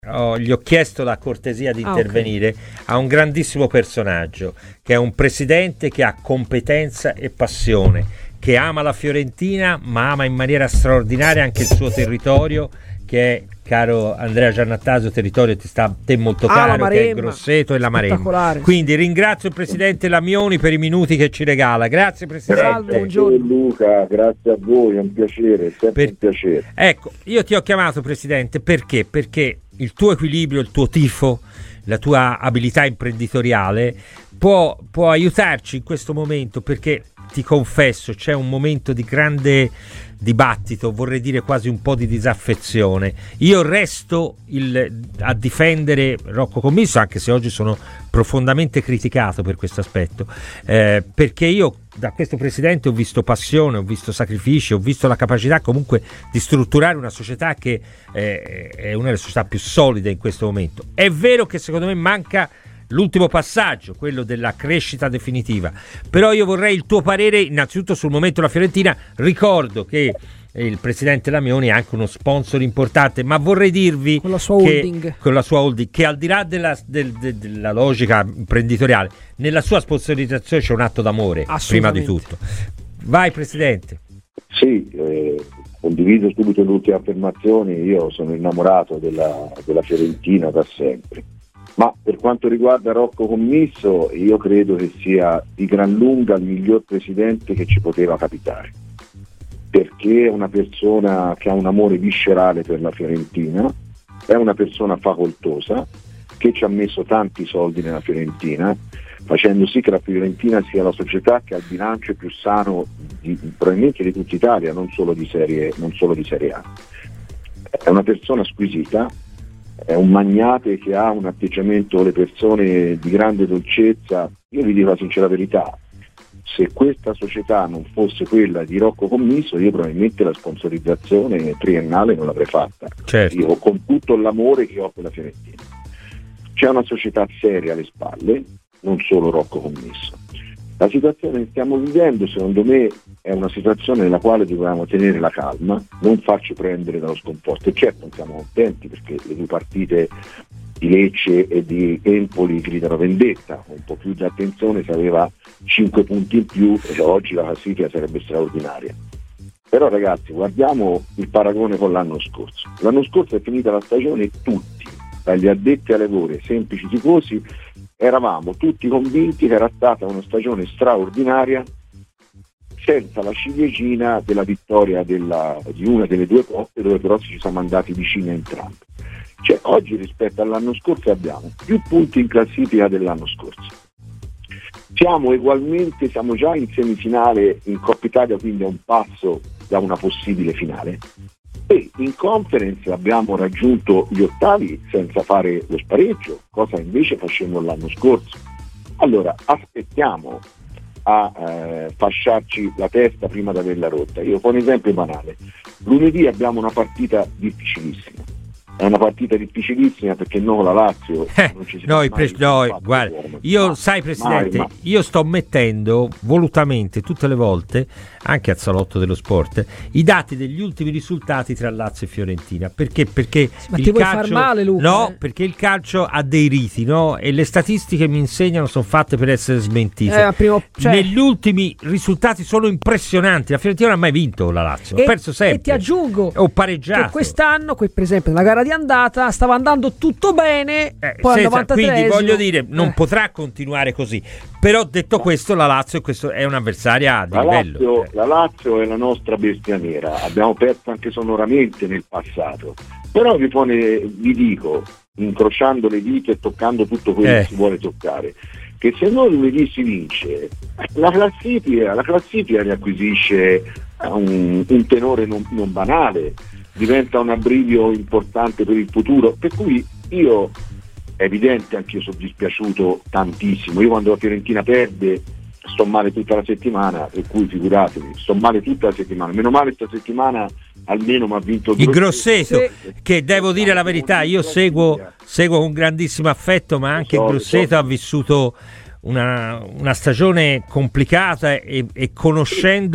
gli ho chiesto la cortesia di intervenire a un grandissimo personaggio, che è un presidente che ha competenza e passione, che ama la Fiorentina, ma ama in maniera straordinaria anche il suo territorio, che è, caro Andrea Giannattasio, territorio ti sta a te molto caro, che è Grosseto e la Maremma. Quindi ringrazio il presidente Lamioni per i minuti che ci regala. Grazie presidente. Grazie, buongiorno Luca, grazie a voi, è un piacere, sempre un piacere. Ecco, io ti ho chiamato presidente perché il tuo equilibrio, il tuo tifo, la tua abilità imprenditoriale può aiutarci in questo momento, perché ti confesso c'è un momento di grande dibattito, vorrei dire quasi un po' di disaffezione. Io resto a difendere Rocco Commisso, anche se oggi sono profondamente criticato per questo aspetto, perché io da questo presidente ho visto passione, ho visto sacrifici, ho visto la capacità comunque di strutturare una società che è una delle società più solide in questo momento. È vero che secondo me manca l'ultimo passaggio, quello della crescita definitiva, però io vorrei il tuo parere innanzitutto sul momento della Fiorentina. Ricordo che il presidente Lamioni è anche uno sponsor importante, ma vorrei dirvi con la sua holding, che al di là della logica imprenditoriale, nella sua sponsorizzazione c'è un atto d'amore prima di tutto. Vai presidente. Sì, condivido subito le ultime affermazioni. Io sono innamorato della Fiorentina da sempre. Ma per quanto riguarda Rocco Commisso, io credo che sia di gran lunga il miglior presidente che ci poteva capitare, perché è una persona che ha un amore viscerale per la Fiorentina, è una persona facoltosa che ci ha messo tanti soldi nella Fiorentina, facendo sì che la Fiorentina sia la società che ha il bilancio più sano probabilmente di tutta Italia, non solo di serie A. È una persona squisita, è un magnate che ha un atteggiamento con le persone di grande dolcezza. Io vi dico la sincera verità, se questa società non fosse quella di Rocco Commisso, io probabilmente la sponsorizzazione triennale non l'avrei fatta. Certo. Io con tutto l'amore che ho per la Fiorentina. C'è una società seria alle spalle, non solo Rocco Commisso. La situazione che stiamo vivendo, secondo me, è una situazione nella quale dobbiamo tenere la calma, non farci prendere dallo sconforto. E certo non siamo contenti, perché le due partite di Lecce e di Empoli gridano vendetta, un po' più di attenzione se aveva 5 punti in più, e oggi la classifica sarebbe straordinaria. Però ragazzi, guardiamo il paragone con l'anno scorso. L'anno scorso è finita la stagione e tutti, dagli addetti ai lavori, semplici tifosi, eravamo tutti convinti che era stata una stagione straordinaria, senza la ciliegina della vittoria di una delle due coppe, dove però ci siamo andati vicini a entrambi. Cioè, oggi rispetto all'anno scorso abbiamo più punti in classifica dell'anno scorso. Siamo già in semifinale in Coppa Italia, quindi a un passo da una possibile finale. E in conference abbiamo raggiunto gli ottavi senza fare lo spareggio, cosa invece facemmo l'anno scorso. Allora aspettiamo a fasciarci la testa prima di averla rotta. Io faccio un esempio banale: lunedì abbiamo una partita difficilissima. È una partita difficilissima perché noi la Lazio non ci siamo guarda, io sai presidente, io sto mettendo volutamente tutte le volte, anche al salotto dello sport, i dati degli ultimi risultati tra Lazio e Fiorentina, perché ma ti vuoi far male, Luca? No, perché il calcio ha dei riti, no? E le statistiche mi insegnano sono fatte per essere smentite. Negli ultimi risultati sono impressionanti. La Fiorentina non ha mai vinto la Lazio, ha perso sempre. E ti aggiungo o pareggiato. Che quest'anno, per esempio nella gara di andata stava andando tutto bene, poi al 93esimo, quindi voglio dire non potrà continuare così. Però detto questo, la Lazio è un'avversaria di livello. La Lazio è la nostra bestia nera, abbiamo perso anche sonoramente nel passato, però vi dico, incrociando le dita e toccando tutto quello che si vuole toccare, che se noi lunedì si vince, la classifica riacquisisce un tenore non banale, diventa un abbrivio importante per il futuro, per cui è evidente, anch'io sono dispiaciuto tantissimo. Io quando la Fiorentina perde sto male tutta la settimana, per cui figuratevi, sto male tutta la settimana. Meno male sta settimana almeno mi ha vinto il Grosseto, che devo dire la verità, io seguo con grandissimo affetto, ma anche il Grosseto ha vissuto una stagione complicata e conoscendo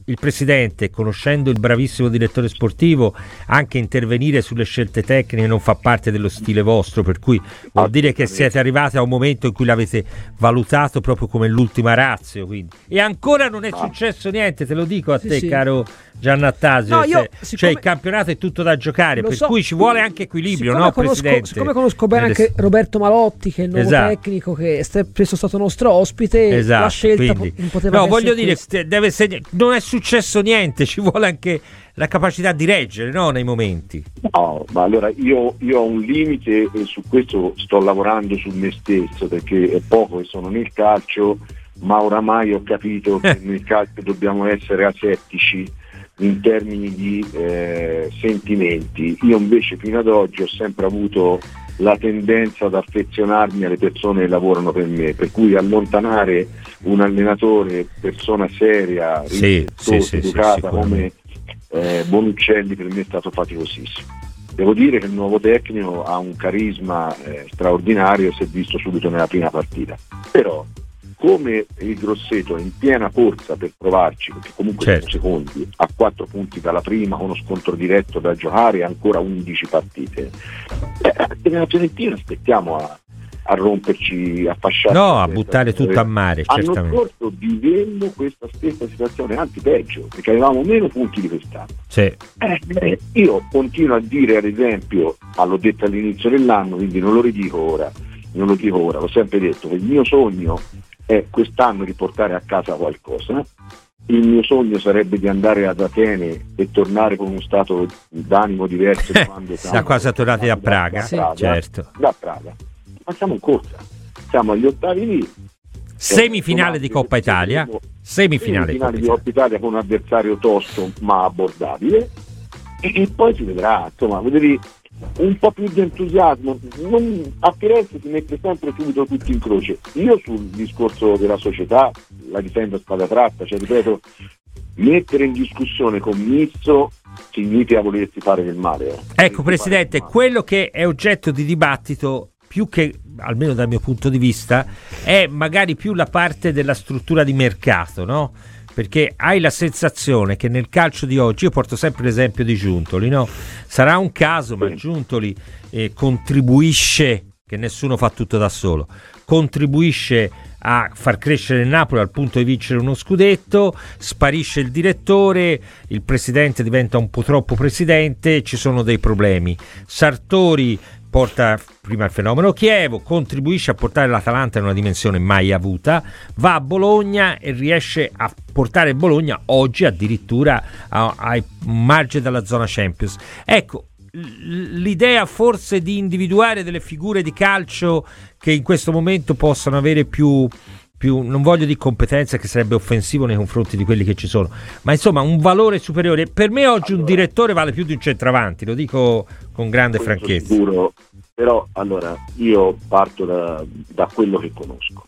il presidente, conoscendo il bravissimo direttore sportivo, anche intervenire sulle scelte tecniche non fa parte dello stile vostro, per cui vuol dire che siete arrivati a un momento in cui l'avete valutato proprio come l'ultima ratio, quindi. E ancora non è successo niente, te lo dico a te, caro Giannattasio. No, cioè il campionato è tutto da giocare, per cui ci vuole anche equilibrio, no, Presidente? Siccome conosco bene anche Roberto Malotti, che è il nuovo tecnico, che è spesso stato nostro ospite, la scelta non poteva no, voglio dire, non è successo niente, ci vuole anche la capacità di reggere, no, nei momenti. No, ma allora io ho un limite e su questo sto lavorando su me stesso, perché è poco che sono nel calcio, ma oramai ho capito che nel calcio dobbiamo essere asettici in termini di sentimenti. Io invece fino ad oggi ho sempre avuto la tendenza ad affezionarmi alle persone che lavorano per me, per cui allontanare un allenatore, persona seria, educata come Bonuccelli, per me è stato faticosissimo. Devo dire che il nuovo tecnico ha un carisma straordinario e si è visto subito nella prima partita, però come il Grosseto è in piena corsa per provarci, perché comunque siamo secondi, a 4 punti dalla prima, con uno scontro diretto da giocare e ancora 11 partite, nella Fiorentina aspettiamo a romperci, a fasciare, a buttare tutto a mare. L'anno scorso vivemmo questa stessa situazione, anzi peggio, perché avevamo meno punti di quest'anno. Io continuo a dire, ad esempio, l'ho detto all'inizio dell'anno, quindi non lo ridico ora, l'ho sempre detto che il mio sogno è quest'anno di portare a casa qualcosa. Il mio sogno sarebbe di andare ad Atene e tornare con uno stato d'animo diverso da quando da quasi tornati da Praga, da Praga. Ma siamo in corsa, siamo agli ottavi lì, semifinale di Coppa Italia, semifinale di Coppa Italia con un avversario tosto ma abbordabile, e poi si vedrà, insomma, vedevi un po' più di entusiasmo. A Firenze si mette sempre subito tutti in croce. Io sul discorso della società la difendo a spada tratta, cioè ripeto, mettere in discussione Commisso significa volersi fare del male. Ecco, Presidente, quello che è oggetto di dibattito, più che, almeno dal mio punto di vista, è magari più la parte della struttura di mercato, no? Perché hai la sensazione che nel calcio di oggi, io porto sempre l'esempio di Giuntoli, no? Sarà un caso, ma Giuntoli contribuisce, che nessuno fa tutto da solo, contribuisce a far crescere il Napoli al punto di vincere uno scudetto, sparisce il direttore, il presidente diventa un po' troppo presidente, ci sono dei problemi. Sartori porta prima il fenomeno Chievo, contribuisce a portare l'Atalanta in una dimensione mai avuta, va a Bologna e riesce a portare Bologna oggi addirittura ai margini dalla zona Champions. Ecco, l'idea forse di individuare delle figure di calcio che in questo momento possano avere più, non voglio dire competenza, che sarebbe offensivo nei confronti di quelli che ci sono, ma insomma un valore superiore. Per me oggi un direttore vale più di un centravanti, lo dico con grande franchezza. Sicuro, però allora io parto da quello che conosco.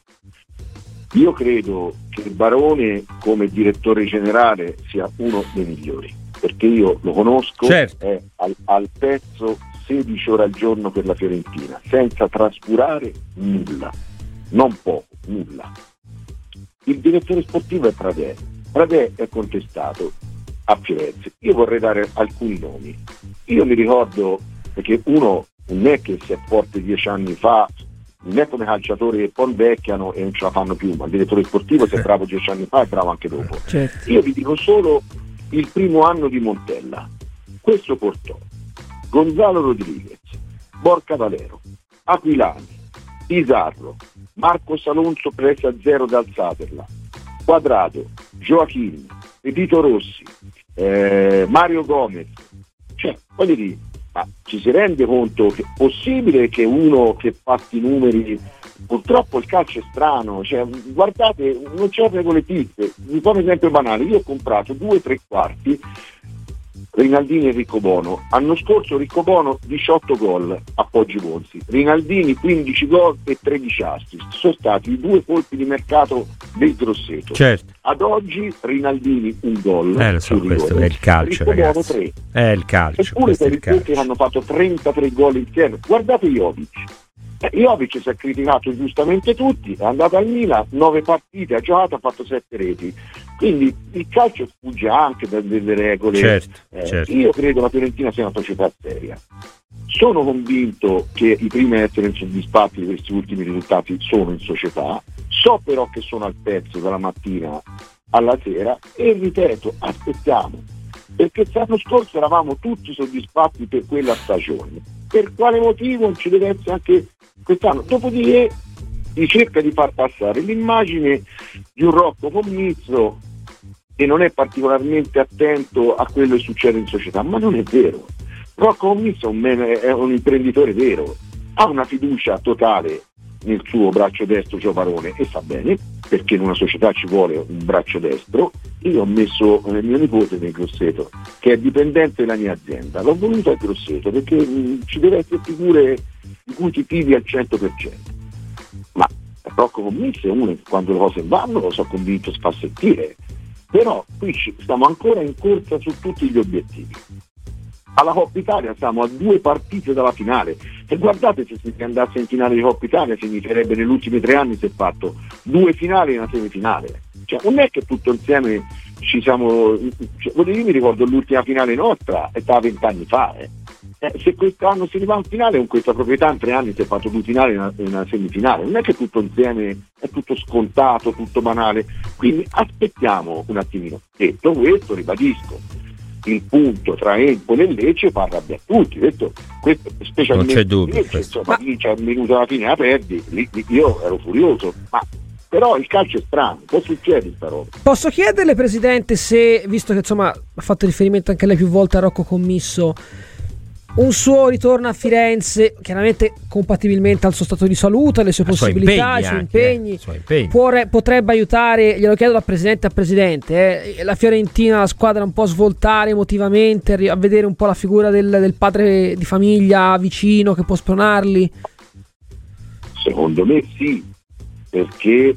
Io credo che Barone come direttore generale sia uno dei migliori, perché io lo conosco, è al pezzo 16 ore al giorno per la Fiorentina, senza trascurare nulla, non poco, nulla. Il direttore sportivo è Pradè è contestato a Firenze. Io vorrei dare alcuni nomi. Io mi ricordo, perché uno non è che se è forte 10 anni fa, non è come calciatori che poi invecchiano e non ce la fanno più, ma il direttore sportivo se è bravo 10 anni fa è bravo anche dopo. Io vi dico solo il primo anno di Montella. Questo portò Gonzalo Rodriguez, Borca Valero, Aquilani, Pizarro, Marcos Alonso presa a 0 dal Saterla, Quadrato, Joachim, Pepito Rossi, Mario Gomez. Cioè, voglio dire, ma ci si rende conto che è possibile che uno che fatti i numeri, purtroppo il calcio è strano, cioè, guardate, non c'è regole fisse. Vi fa un esempio banale: io ho comprato 2 3/4 Rinaldini e Riccobono. L'anno scorso Riccobono 18 gol a Poggi Bonzi, Rinaldini 15 gol e 13 assist. Sono stati i 2 colpi di mercato del Grosseto. Ad oggi Rinaldini 1 gol, lo so, questo è il calcio, Riccobono ragazzi. 3. È il calcio. Eppure per i che hanno fatto 33 gol insieme. Guardate Jovic. Jovic si è criticato giustamente tutti, è andato al Milan, 9 partite, ha giocato, ha fatto 7 reti. Quindi il calcio sfugge anche da delle regole. Certo. Io credo la Fiorentina sia una società seria. Sono convinto che i primi a essere insoddisfatti di questi ultimi risultati sono in società, so però che sono al pezzo dalla mattina alla sera e ripeto, aspettiamo, perché l'anno scorso eravamo tutti soddisfatti per quella stagione. Per quale motivo non ci deve essere anche quest'anno? Dopodiché si cerca di far passare l'immagine di un Rocco Commisso che non è particolarmente attento a quello che succede in società, ma non è vero. Rocco Commisso è un imprenditore vero, ha una fiducia totale nel suo braccio destro Gio Barone e sta bene, perché in una società ci vuole un braccio destro. Io ho messo mio nipote nel Grosseto, che è dipendente della mia azienda, l'ho voluto al Grosseto perché ci deve essere figure di cui ti fidi al 100%. Ma Rocco Commisso è uno che quando le cose vanno lo so convinto si fa sentire, però qui stiamo ancora in corsa su tutti gli obiettivi. Alla Coppa Italia siamo a 2 partite dalla finale e guardate, se si andasse in finale di Coppa Italia significherebbe negli ultimi 3 anni si è fatto 2 finali e una semifinale, cioè non è che tutto insieme ci siamo, io mi ricordo l'ultima finale nostra è stata 20 anni fa, se quest'anno si arriva in finale con questa proprietà in 3 anni si è fatto 2 finali e una semifinale, non è che tutto insieme è tutto scontato, tutto banale, quindi aspettiamo un attimino. Detto questo, ribadisco, il punto tra Empoli e Lecce fa arrabbiare tutti, questo specialmente non c'è dubbio, Lecce, insomma, vince al minuto alla fine la perdi, lì io ero furioso, ma però il calcio è strano, può succedere sta roba. Posso chiederle, Presidente, se, visto che insomma ha fatto riferimento anche lei più volte a Rocco Commisso, un suo ritorno a Firenze, chiaramente compatibilmente al suo stato di salute, alle sue possibilità, ai suoi impegni, potrebbe aiutare, glielo chiedo da Presidente a Presidente, la Fiorentina, la squadra un po' svoltare emotivamente, a vedere un po' la figura del padre di famiglia vicino che può spronarli? Secondo me sì, perché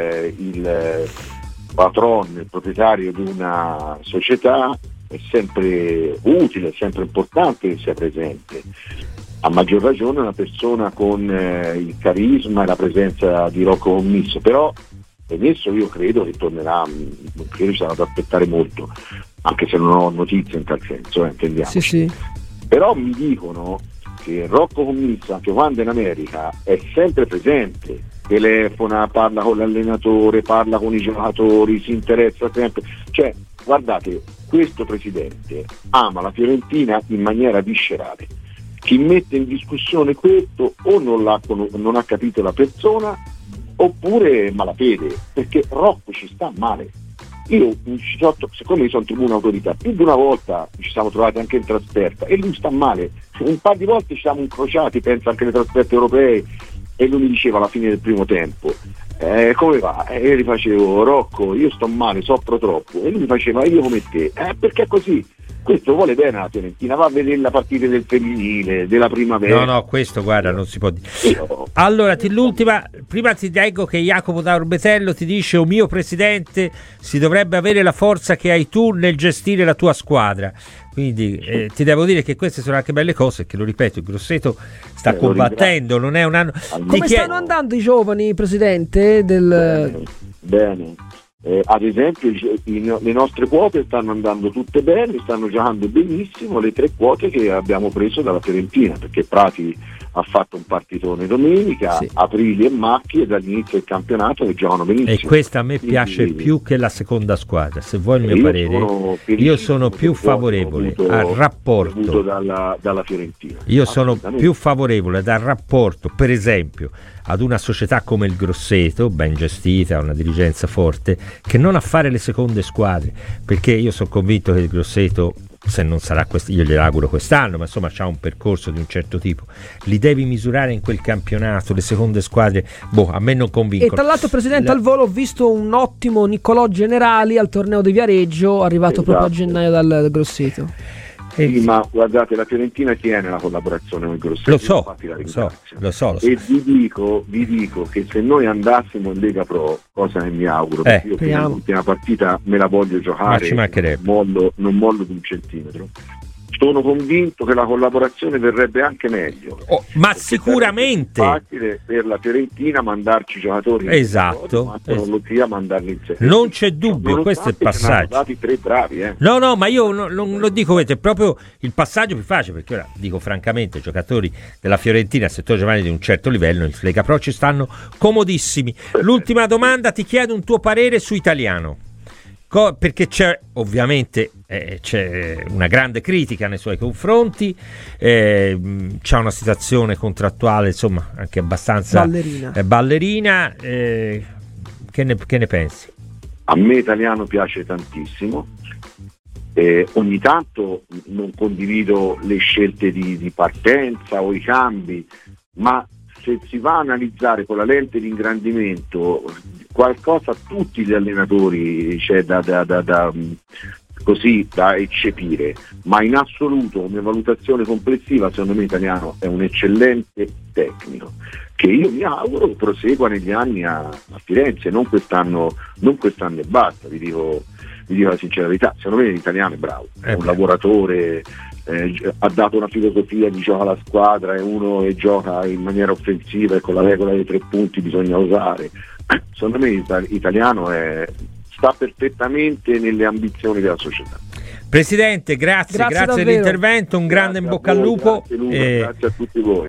il patron, il proprietario di una società è sempre utile, è sempre importante che sia presente. A maggior ragione una persona con il carisma e la presenza di Rocco Commisso, però adesso io credo che tornerà, non credo ci sarà da aspettare molto, anche se non ho notizie in tal senso, intendiamoci. Sì. Però mi dicono che Rocco Commisso, anche quando è in America, è sempre presente, telefona, parla con l'allenatore, parla con i giocatori, si interessa sempre, cioè guardate, questo presidente ama la Fiorentina in maniera viscerale. Chi mette in discussione questo o non ha capito la persona oppure malafede, perché Rocco ci sta male. Io siccome sono tribuna autorità, più di una volta ci siamo trovati anche in trasferta e lui sta male, un par di volte ci siamo incrociati, penso anche alle trasferte europee, e lui mi diceva alla fine del primo tempo come va? E io gli facevo: Rocco, io sto male, soffro troppo, e lui mi faceva: io come te, perché è così. Questo vuole bene la Fiorentina, va a vedere la partita del femminile, della primavera. No, questo guarda, non si può dire. Allora, prima ti leggo che Jacopo da Orbetello ti dice: o mio presidente, si dovrebbe avere la forza che hai tu nel gestire la tua squadra. Quindi ti devo dire che queste sono anche belle cose, che lo ripeto, il Grosseto sta combattendo, non è un anno. Come stanno andando i giovani, Presidente? Bene. Ad esempio le nostre quote stanno andando tutte bene, stanno giocando benissimo le 3 quote che abbiamo preso dalla Fiorentina, perché Prati ha fatto un partitone domenica, sì. Aprile e Macchi, e dall'inizio del campionato che giocano benissimo. E questa a me piace più che la seconda squadra, se vuoi il mio parere. Io sono più favorevole al rapporto dalla Fiorentina. Io sono più favorevole dal rapporto, per esempio, ad una società come il Grosseto, ben gestita, una dirigenza forte, che non a fare le seconde squadre, perché io sono convinto che il Grosseto, se non sarà io glielo auguro quest'anno, ma insomma c'ha un percorso di un certo tipo, li devi misurare in quel campionato, le seconde squadre a me non convincono. E tra l'altro, Presidente, al volo ho visto un ottimo Niccolò Generali al torneo di Viareggio, arrivato proprio a gennaio dal Grosseto. Sì, ma guardate, la Fiorentina tiene la collaborazione con il Grosseto. Lo so. E vi dico che se noi andassimo in Lega Pro, cosa che mi auguro, perché io l'ultima partita me la voglio giocare, ma ci mancherebbe. non mollo di un centimetro. sono convinto che la collaborazione verrebbe anche meglio. Ma sicuramente facile per la Fiorentina mandarci giocatori, esatto, ma non lo sia mandarli in Serie. Non c'è dubbio, questo è il passaggio. Dati 3 bravi, No, ma io non lo dico, è proprio il passaggio più facile, perché ora dico francamente, i giocatori della Fiorentina al settore giovanile di un certo livello in Lega Pro ci stanno comodissimi. L'ultima domanda, ti chiedo un tuo parere su Italiano. Perché c'è ovviamente c'è una grande critica nei suoi confronti, c'è una situazione contrattuale insomma anche abbastanza ballerina, che ne pensi? A me Italiano piace tantissimo, ogni tanto non condivido le scelte di partenza o i cambi, ma se si va a analizzare con la lente di ingrandimento qualcosa, tutti gli allenatori c'è da eccepire, ma in assoluto come valutazione complessiva secondo me Italiano è un eccellente tecnico che io mi auguro prosegua negli anni a Firenze, non quest'anno e basta, vi dico la sincera verità. Secondo me l'Italiano è bravo, è un lavoratore, ha dato una filosofia di gioco alla squadra, è uno che gioca in maniera offensiva e con la regola dei 3 punti bisogna usare. Secondo me Italiano sta perfettamente nelle ambizioni della società. Presidente, grazie dell'intervento, un grande in bocca al lupo. Grazie a tutti voi.